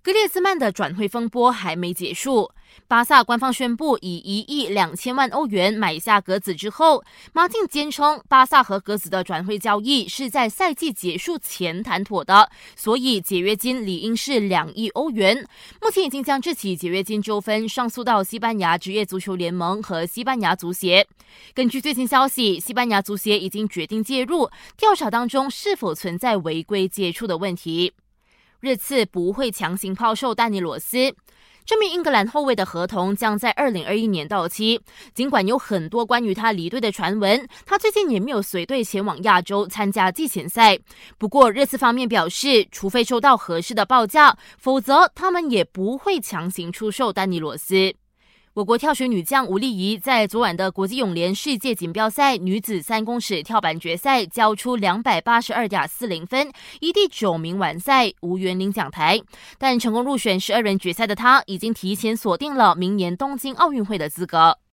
格列兹曼的转会风波还没结束。巴萨官方宣布以1亿2000万欧元买下格子之后，马竞坚称巴萨和格子的转会交易是在赛季结束前谈妥的，所以解约金理应是2亿欧元。目前已经将这起解约金纠纷上诉到西班牙职业足球联盟和西班牙足协。根据最新消息，西班牙足协已经决定介入调查当中是否存在违规接触的问题。热刺不会强行抛售丹尼罗斯。这名英格兰后卫的合同将在2021年到期，尽管有很多关于他离队的传闻，他最近也没有随队前往亚洲参加季前赛。不过热刺方面表示，除非收到合适的报价，否则他们也不会强行出售丹尼罗斯。我国跳水女将吴丽仪在昨晚的国际泳联世界锦标赛女子3公尺跳板决赛交出282.40分，以第9名完赛，无缘领奖台。但成功入选12人决赛的她，已经提前锁定了明年东京奥运会的资格。